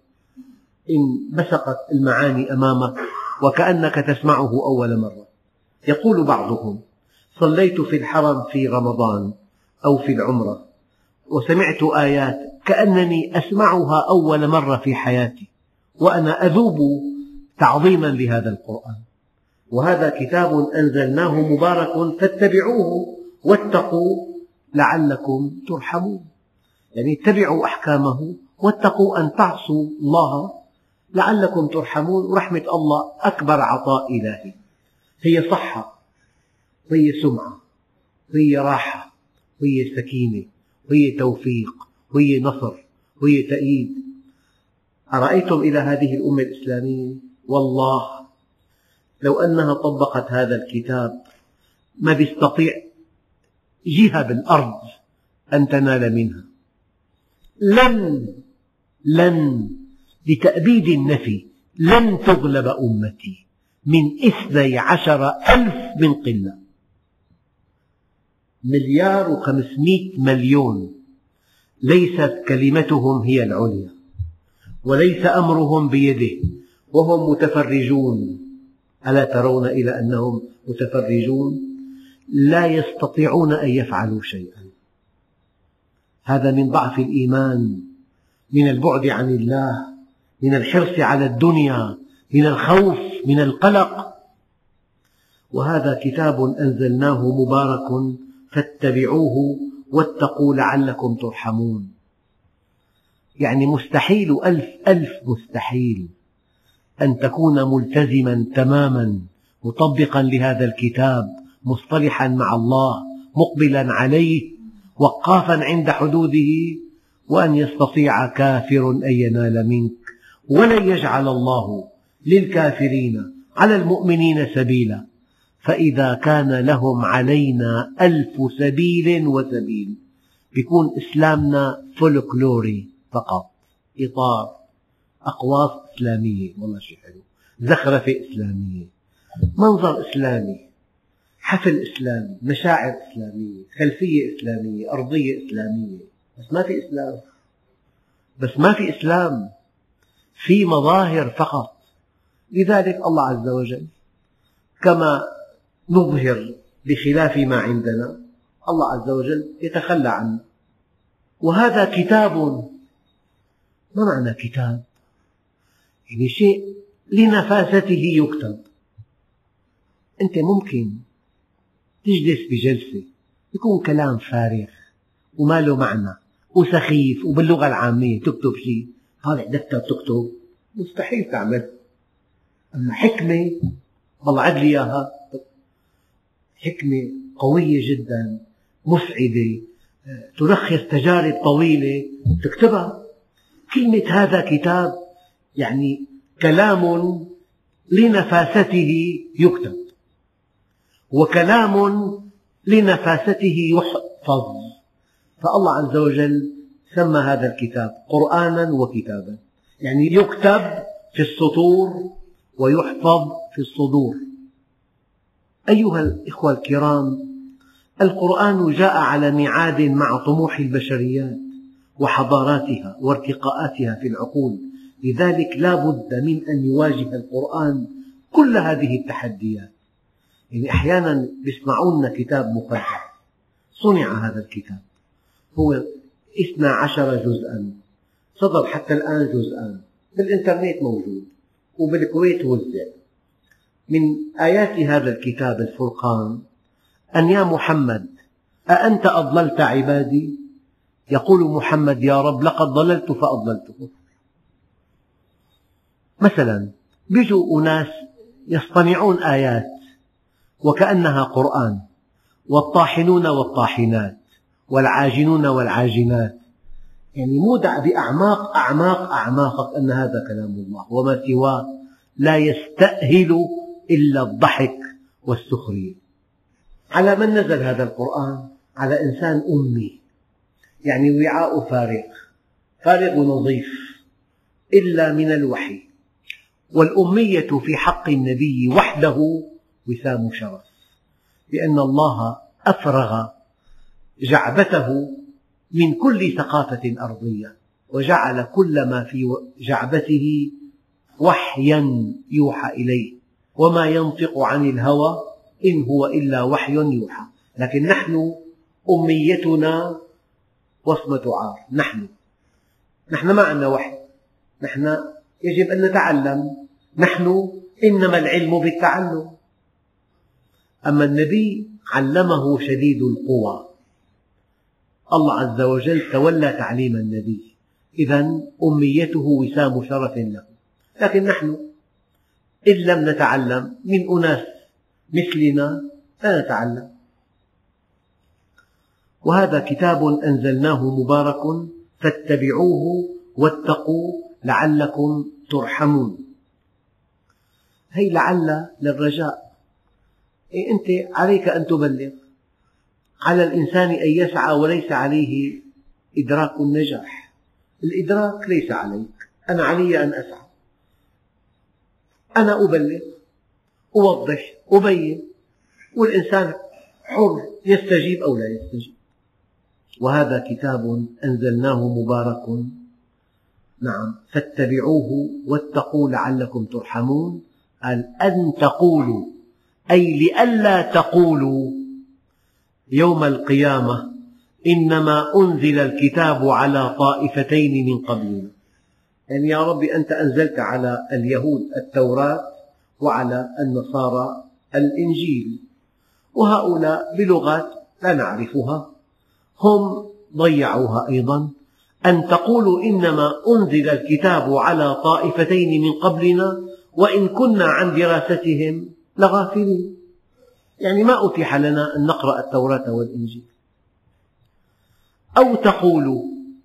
انبثقت المعاني أمامك وكأنك تسمعه أول مرة. يقول بعضهم: صليت في الحرم في رمضان أو في العمرة وسمعت آيات كأنني أسمعها أول مرة في حياتي، وأنا أذوب تعظيما لهذا القرآن. وهذا كتاب أنزلناه مبارك فاتبعوه واتقوا لعلكم ترحمون. يعني اتبعوا أحكامه واتقوا أن تعصوا الله لعلكم ترحمون. ورحمة الله أكبر عطاء إلهي، هي صحة وهي سمعة وهي راحة وهي سكينة وهي توفيق وهي نصر وهي تأييد. أرأيتم إلى هذه الأمة الإسلامية والله لو أنها طبقت هذا الكتاب ما بيستطيع جهة بالأرض أن تنال منها. لن لن لتأبيد النفي لن تغلب أمتي من اثني عشر ألف من قلة. مليار وخمسمئة مليون، ليست كلمتهم هي العليا وليس أمرهم بيده وهم متفرجون. ألا ترون إلى أنهم متفرجون؟ لا يستطيعون أن يفعلوا شيئا. هذا من ضعف الإيمان، من البعد عن الله، من الحرص على الدنيا، من الخوف، من القلق. وهذا كتاب أنزلناه مبارك فاتبعوه واتقوا لعلكم ترحمون. يعني مستحيل ألف ألف مستحيل أن تكون ملتزما تماما مطبقا لهذا الكتاب، مصطلحا مع الله، مقبلا عليه، وقافا عند حدوده، وأن يستطيع كافر أن ينال منك. ولن يجعل الله للكافرين على المؤمنين سبيلا، فإذا كان لهم علينا ألف سبيل وسبيل. بيكون إسلامنا فولكلوري فقط، إطار، أقواس إسلامية، والله شيء حلو، زخرفة إسلامية، منظر إسلامي، حفل إسلامي، مشاعر إسلامية، خلفية إسلامية، أرضية إسلامية، بس ما في إسلام. بس ما في إسلام، في مظاهر فقط. لذلك الله عز وجل كما نظهر بخلاف ما عندنا، الله عز وجل يتخلى عنه. وهذا كتاب. ما معنى كتاب؟ يعني شيء لنفاسته يكتب. أنت ممكن تجلس بجلسة يكون كلام فارغ وما له معنى وسخيف، وباللغة العامية تكتب شيء، طالع دفتر تكتب، مستحيل تعمل. أما حكمة والله عد لي إياها، حكمة قوية جدا مسعدة تلخص تجارب طويلة تكتبها. كلمة هذا كتاب يعني كلام لنفاسته يكتب، وكلام لنفاسته يحفظ. فالله عز وجل سمى هذا الكتاب قرآنا وكتابا، يعني يكتب في السطور ويحفظ في الصدور. أيها الإخوة الكرام، القرآن جاء على ميعاد مع طموح البشريات وحضاراتها وارتقاءاتها في العقول. لذلك لا بد من أن يواجه القرآن كل هذه التحديات. يعني أحيانا يسمعون كتاب مقدس صنع هذا الكتاب، هو اثنى عشر جزءا، صدر حتى الآن جزءان، بالإنترنت موجود وبالكويت وزع. من آيات هذا الكتاب الفرقان أن يا محمد أأنت أضللت عبادي؟ يقول محمد يا رب لقد ضللت فأضللتهم. مثلا بيجوا أناس يصطنعون آيات وكأنها قرآن، والطاحنون والطاحنات والعاجنون والعاجنات، يعني مودع بأعماق أعماق أعماق أن هذا كلام الله، وما سواه لا يستأهل إلا الضحك والسخرية. على من نزل هذا القرآن؟ على إنسان أمي، يعني وعاء فارغ فارغ نظيف إلا من الوحي. والأمية في حق النبي وحده وسام شرف، لأن الله أفرغ جعبته من كل ثقافة أرضية، وجعل كل ما في جعبته وحيا يوحى إليه، وما ينطق عن الهوى إن هو إلا وحي يوحى. لكن نحن أميتنا وصمة عار، نحن نحن ما عندنا وحي، نحن يجب أن نتعلم، نحن إنما العلم بالتعلم. أما النبي علمه شديد القوى، الله عز وجل تولى تعليم النبي، إذن أميته وسام شرف له. لكن نحن إن لم نتعلم من أناس مثلنا لا نتعلم. وهذا كتاب أنزلناه مبارك فاتبعوه واتقوا لعلكم ترحمون. هي لعل للرجاء، إيه أنت عليك أن تبلغ، على الإنسان أن يسعى وليس عليه إدراك النجاح. الإدراك ليس عليك، أنا علي أن أسعى، أنا أبلغ أوضح أبين، والإنسان حر يستجيب أو لا يستجيب. وهذا كتاب أنزلناه مبارك، نعم، فاتبعوه واتقوا لعلكم ترحمون. قال أن تقولوا، أي لئلا تقولوا يوم القيامة إنما أنزل الكتاب على طائفتين من قبلنا، يعني يا رب أنت أنزلت على اليهود التوراة وعلى النصارى الإنجيل، وهؤلاء بلغات لا نعرفها هم ضيعوها أيضا. أن تقولوا إنما أنزل الكتاب على طائفتين من قبلنا وإن كنا عن دراستهم لغافلين، يعني ما أتيح لنا أن نقرأ التوراة والإنجيل. أو تقولوا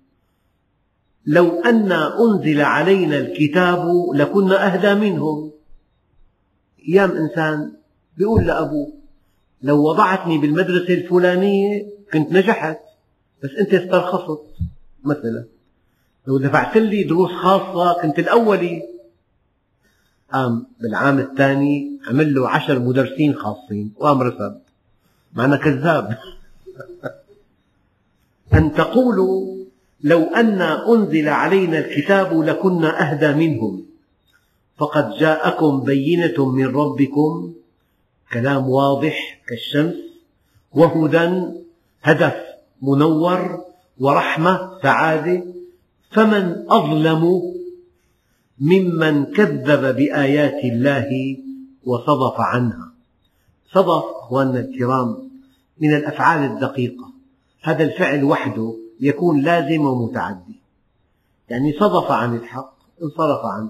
لو أن أنزل علينا الكتاب لكنا أهدى منهم. أيام إنسان بيقول لأبوه لو وضعتني بالمدرسة الفلانية كنت نجحت، بس أنت استرخصت، مثلا لو دفعت لي دروس خاصة كنت الأولي. قام بالعام الثاني عمل له عشر مدرسين خاصين وقام رسب، معنى كذاب. أن تقولوا لو أن أنزل علينا الكتاب لكنا أهدى منهم فقد جاءكم بينة من ربكم، كلام واضح كالشمس، وهدى هدف منور، ورحمة سعادة، فمن أظلم ممن كذب بآيات الله وصدف عنها. صدف أخواننا الكرام من الأفعال الدقيقة، هذا الفعل وحده يكون لازم ومتعدي، يعني صدف عن الحق انصرف عنه.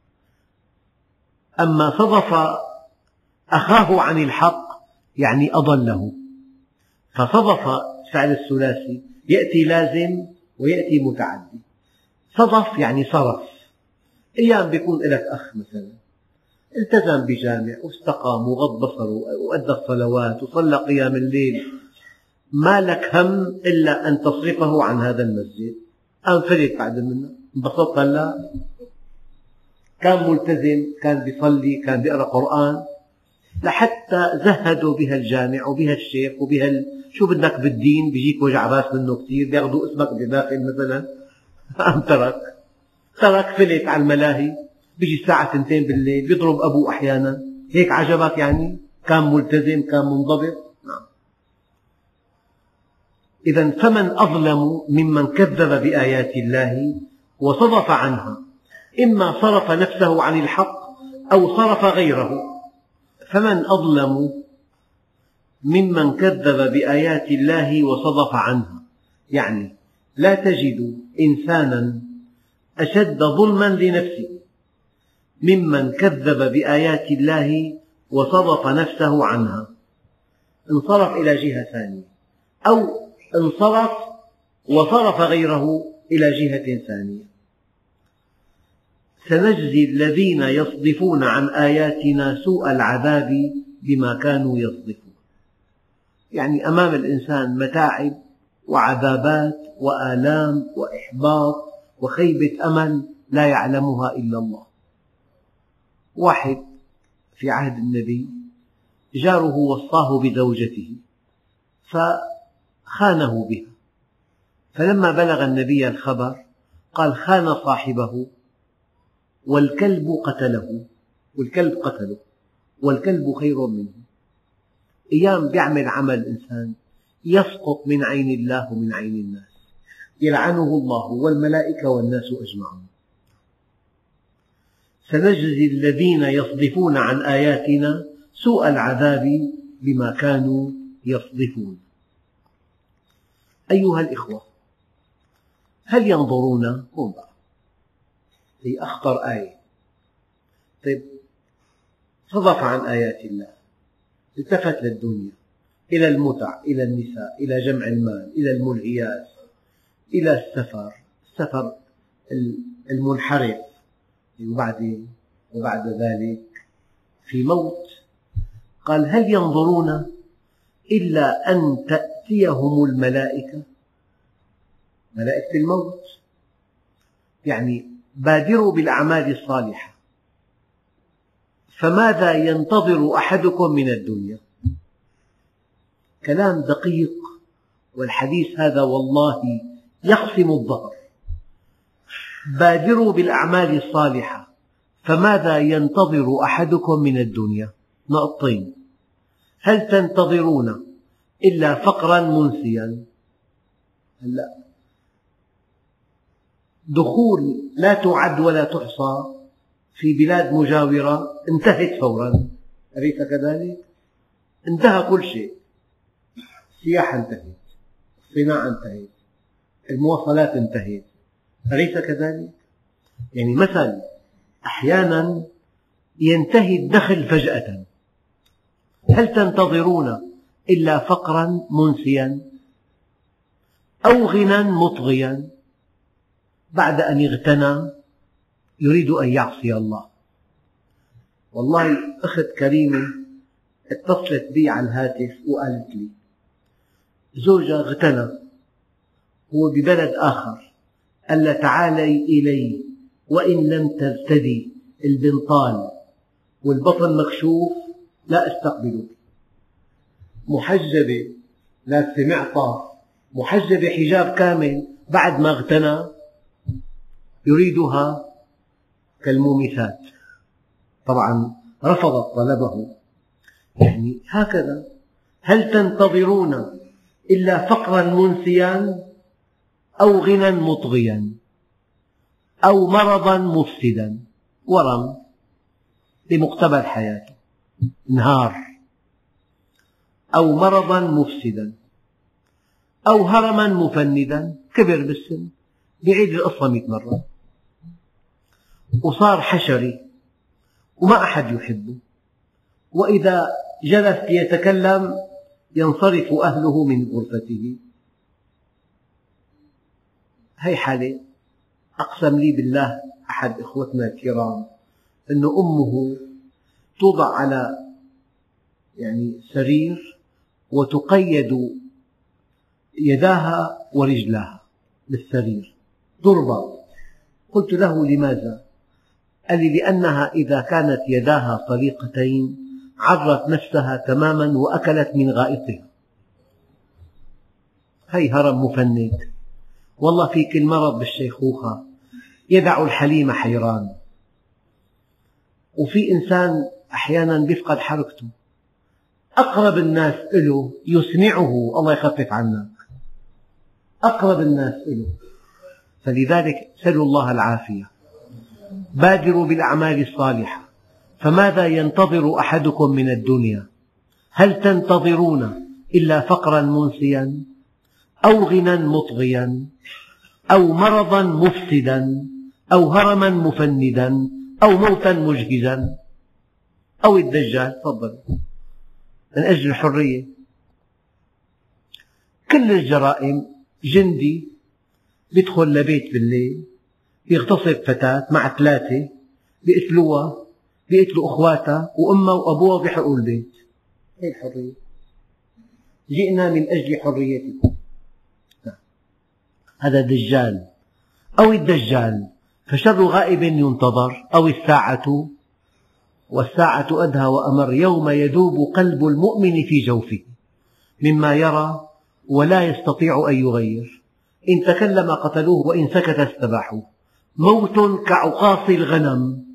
أما صدف أخاه عن الحق يعني أضله. فصدف فعل الثلاثي يأتي لازم ويأتي متعدي. صدف يعني صرف. أيام بيكون لك أخ مثلا التزم بجامع واستقام وغض بصره وأدى الصلوات وصلى قيام الليل، ما لك هم إلا أن تصرفه عن هذا المسجد، قام فلت بعد منه، انبسطت هلا؟ كان ملتزم، كان بيصلي، كان بيقرأ قرآن، لحتى زهدوا بها الجامع وبها الشيخ وبها ال... شو بدك بالدين، بيجيك وجع راس منه كثير، بياخذوا اسمك بداخل مثلا، قام ترك ترك فلت على الملاهي، بيجي الساعة اثنتين بالليل بيضرب أبوه أحيانا. هيك عجبك يعني؟ كان ملتزم، كان منضبط. نعم. إذن فمن أظلم ممن كذب بآيات الله وصرف عنها، إما صرف نفسه عن الحق أو صرف غيره. فمن أظلم ممن كذب بآيات الله وصدف عنها، يعني لا تجد إنسانا أشد ظلما لنفسه ممن كذب بآيات الله وصرف نفسه عنها، انصرف إلى جهة ثانية أو انصرف وصرف غيره إلى جهة ثانية. سنجزي الذين يصدفون عن آياتنا سوء العذاب بما كانوا يصدفون، يعني أمام الإنسان متاعب وعذابات وآلام وإحباط وخيبة أمل لا يعلمها إلا الله. واحد في عهد النبي جاره وصاه بزوجته فخانه بها، فلما بلغ النبي الخبر قال خان صاحبه والكلب قتله، والكلب قتله والكلب خير منه. أيام يعمل عمل إنسان يسقط من عين الله ومن عين الناس، يلعنه الله والملائكة والناس أجمعون. سنجزي الذين يصدفون عن آياتنا سوء العذاب بما كانوا يصدفون. أيها الإخوة، هل ينظرون؟ هون بقى هي أخطر آية. طيب، صدف عن آيات الله، التفت للدنيا، إلى المتع، إلى النساء، إلى جمع المال، إلى الملهيات، إلى السفر، السفر المنحرف، وبعدين وبعد ذلك في موت. قال هل ينظرون إلا أن تأتيهم الملائكة، ملائكة الموت، يعني بادروا بالأعمال الصالحة، فماذا ينتظر أحدكم من الدنيا؟ كلام دقيق، والحديث هذا والله يقسم الظهر. بادروا بالأعمال الصالحة فماذا ينتظر أحدكم من الدنيا؟ نقطتين: هل تنتظرون إلا فقرا منسيا؟ هلأ دخول لا تعد ولا تحصى في بلاد مجاورة انتهت فورا، أليس كذلك؟ انتهى كل شيء، السياحة انتهت، الصناعة انتهت، المواصلات انتهت، أليس كذلك؟ يعني مثلا أحيانا ينتهي الدخل فجأة. هل تنتظرون إلا فقرا منسيا أو غنى مطغيا بعد أن اغتنى يريد أن يعصي الله؟ والله أخت كريمة اتصلت بي على الهاتف وقالت لي زوجها اغتنى، هو ببلد آخر، قال لها تعالي إلي وإن لم ترتدي البنطال والبطن مكشوف لا أستقبلك. محجبة، لابسة معطف، محجبة حجاب كامل، بعد ما اغتنى يريدها كالمومثات. طبعا رفضت طلبه. يعني هكذا، هل تنتظرون إلا فقرا منسيا أو غنى مطغيا أو مرضا مفسدا، ورم بمقتبل حياته، انهار، أو مرضا مفسدا، أو هرما مفندا، كبر بالسن، بيعيد القصة مئة مرة، وصار حشري وما أحد يحبه، وإذا جلس ليتكلم ينصرف أهله من غرفته. هي حالة أقسم لي بالله أحد إخوتنا الكرام أن أمه توضع على يعني سرير وتقيد يداها ورجلاها بالسرير ضربة. قلت له لماذا؟ قال لي لأنها إذا كانت يداها طليقتين عرت نفسها تماما وأكلت من غائطها. هي هرم مفند. والله فيك المرض بالشيخوخة يدع الحليم حيران. وفي إنسان أحيانا يفقد حركته، أقرب الناس له يسمعه الله يخفف عنك، أقرب الناس إله. فلذلك سلوا الله العافية. بادروا بالأعمال الصالحة. فماذا ينتظر أحدكم من الدنيا؟ هل تنتظرون إلا فقرا منسيا أو غنى مطغيا أو مرضا مفسدا أو هرما مفندا أو موتا مجهزا أو الدجال؟ تفضل. من أجل الحرية. كل الجرائم، جندي يدخل لبيت بالليل يغتصب فتاة مع ثلاثة، بيقتلوها، بيقتلوا أخواتها وأمها وأبوها وبيحرقوا البيت. هي الحرية. جئنا من أجل حريتكم. هذا دجال أو الدجال، فشر غائب ينتظر أو الساعة، والساعة أدهى وأمر، يوم يذوب قلب المؤمن في جوفه مما يرى ولا يستطيع أن يغير. إن تكلم قتلوه وإن سكت استباحوه. موت كعقاص الغنم،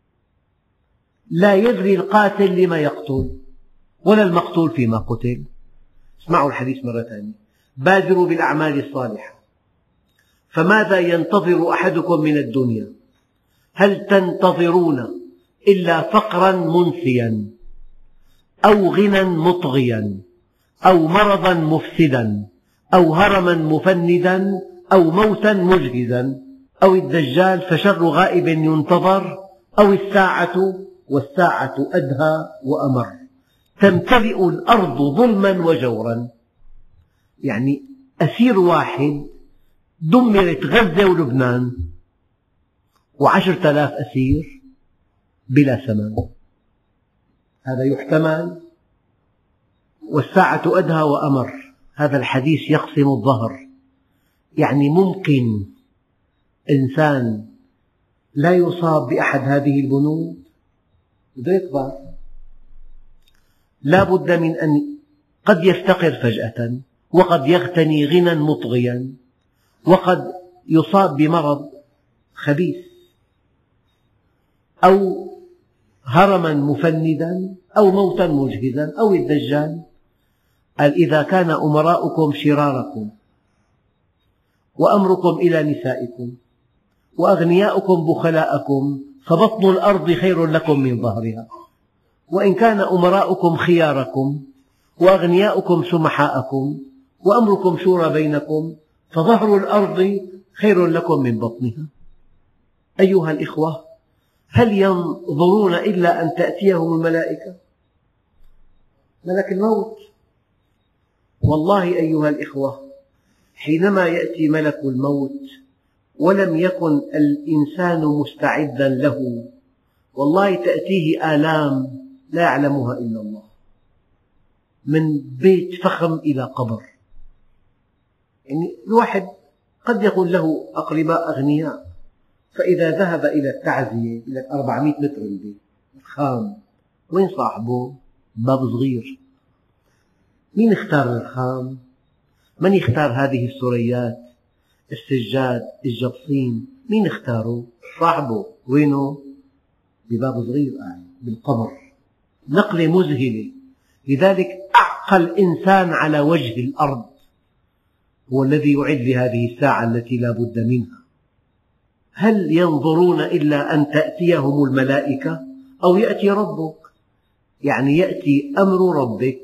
لا يدري القاتل لما يقتل ولا المقتول فيما قتل. اسمعوا الحديث مرة ثانية. بادروا بالأعمال الصالحة. فماذا ينتظر أحدكم من الدنيا؟ هل تنتظرون إلا فقرا منسيا أو غنى مطغيا أو مرضا مفسدا أو هرما مفندا أو موتا مجهزا أو الدجال، فشر غائب ينتظر أو الساعة، والساعة أدهى وأمر. تمتلئ الأرض ظلما وجورا. يعني أسير واحد دمرت غزة ولبنان وعشرة آلاف أسير بلا ثمن. هذا يحتمل. والساعة أدهى وأمر. هذا الحديث يقسم الظهر. يعني ممكن إنسان لا يصاب بأحد هذه البنود بده يكبر. لا بد من أن قد يفتقر فجأة، وقد يغتني غنى مطغيا، وقد يصاب بمرض خبيث أو هرما مفندا أو موتا مجهزا أو الدجال. قال: إذا كان أمراؤكم شراركم وأمركم إلى نسائكم وأغنياؤكم بخلاءكم فبطن الأرض خير لكم من ظهرها، وإن كان أمراؤكم خياركم وأغنياؤكم سمحاءكم وأمركم شورى بينكم فظهر الأرض خير لكم من بطنها. أيها الإخوة، هل ينظرون إلا أن تأتيهم الملائكة؟ ملك الموت. والله أيها الإخوة، حينما يأتي ملك الموت ولم يكن الإنسان مستعدا له، والله تأتيه آلام لا يعلمها إلا الله، من بيت فخم إلى قبر. يعني الواحد قد يكون له أقرباء أغنياء، فإذا ذهب إلى التعزية يقول لك أربعمائة متر البيت خام، وين صاحبه؟ باب صغير. مين اختار الخام؟ من يختار هذه السريات، السجاد، الجبصين؟ مين اختاره؟ صاحبه. وينه؟ بباب صغير قاعد بالقبر. نقلة مذهلة. لذلك أعقل إنسان على وجه الأرض هو الذي يعد لهذه الساعة التي لا بد منها. هل ينظرون إلا أن تأتيهم الملائكة أو يأتي ربك؟ يعني يأتي أمر ربك.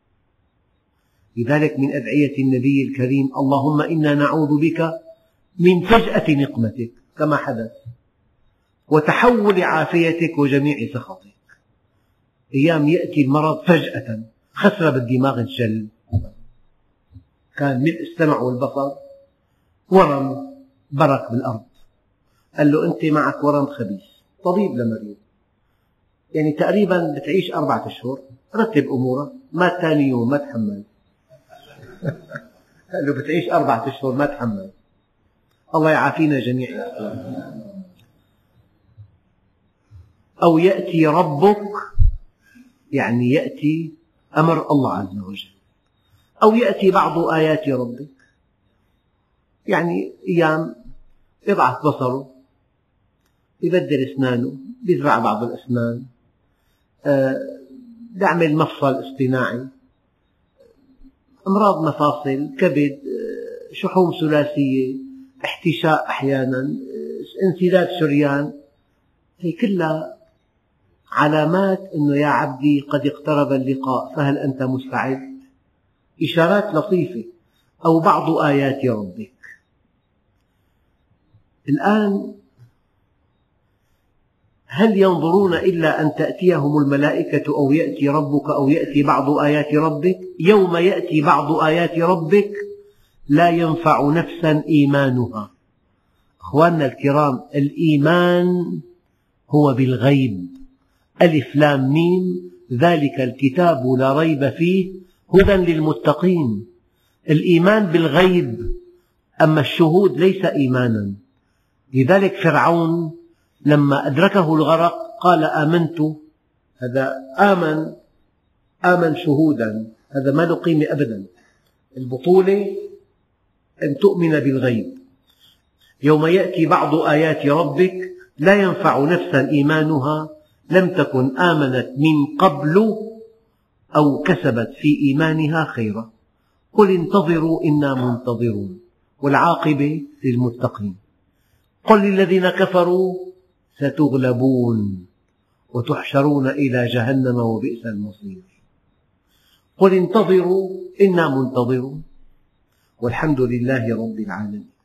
لذلك من أدعية النبي الكريم: اللهم إنا نعوذ بك من فجأة نقمتك، كما حدث، وتحول عافيتك وجميع سخطك. أيام يأتي المرض فجأة، خسر بالدماغ انشل، كان ملء السمع والبصر، ورم برك بالأرض. قال له: أنت معك ورم خبيث. طبيب لمريض، يعني تقريبا بتعيش أربعة أشهر، رتب أمورك. مات ثاني يوم، ما تحمل. قال له: بتعيش أربعة أشهر، ما تحمل. الله يعافينا جميعا. أو يأتي ربك، يعني يأتي أمر الله عز وجل، أو يأتي بعض آيات ربك. يعني أيام يضعف بصره، يبدل أسنانه، يزرع بعض الأسنان، يعمل مفصل اصطناعي، أمراض مفاصل، كبد، شحوم ثلاثية، احتشاء أحيانا، انسداد شريان، هي كلها علامات أنه يا عبدي قد اقترب اللقاء فهل أنت مستعد؟ إشارات لطيفة. أو بعض آيات ربك. الآن هل ينظرون إلا أن تأتيهم الملائكة أو يأتي ربك أو يأتي بعض آيات ربك؟ يوم يأتي بعض آيات ربك لا ينفع نفسا إيمانها. أخواننا الكرام، الإيمان هو بالغيب. ألف لام ميم ذلك الكتاب لا ريب فيه هدى للمتقين. الإيمان بالغيب، أما الشهود ليس إيمانا. لذلك فرعون لما أدركه الغرق قال آمنت، هذا آمن آمن شهودا، هذا ما له قيمة أبدا. البطولة أن تؤمن بالغيب. يوم يأتي بعض آيات ربك لا ينفع نفسا إيمانها لم تكن آمنت من قبل أو كسبت في إيمانها خيرا. قل انتظروا إنا منتظرون والعاقبة للمتقين. قل للذين كفروا ستغلبون وتحشرون إلى جهنم وبئس المصير. قل انتظروا إنا منتظرون والحمد لله رب العالمين.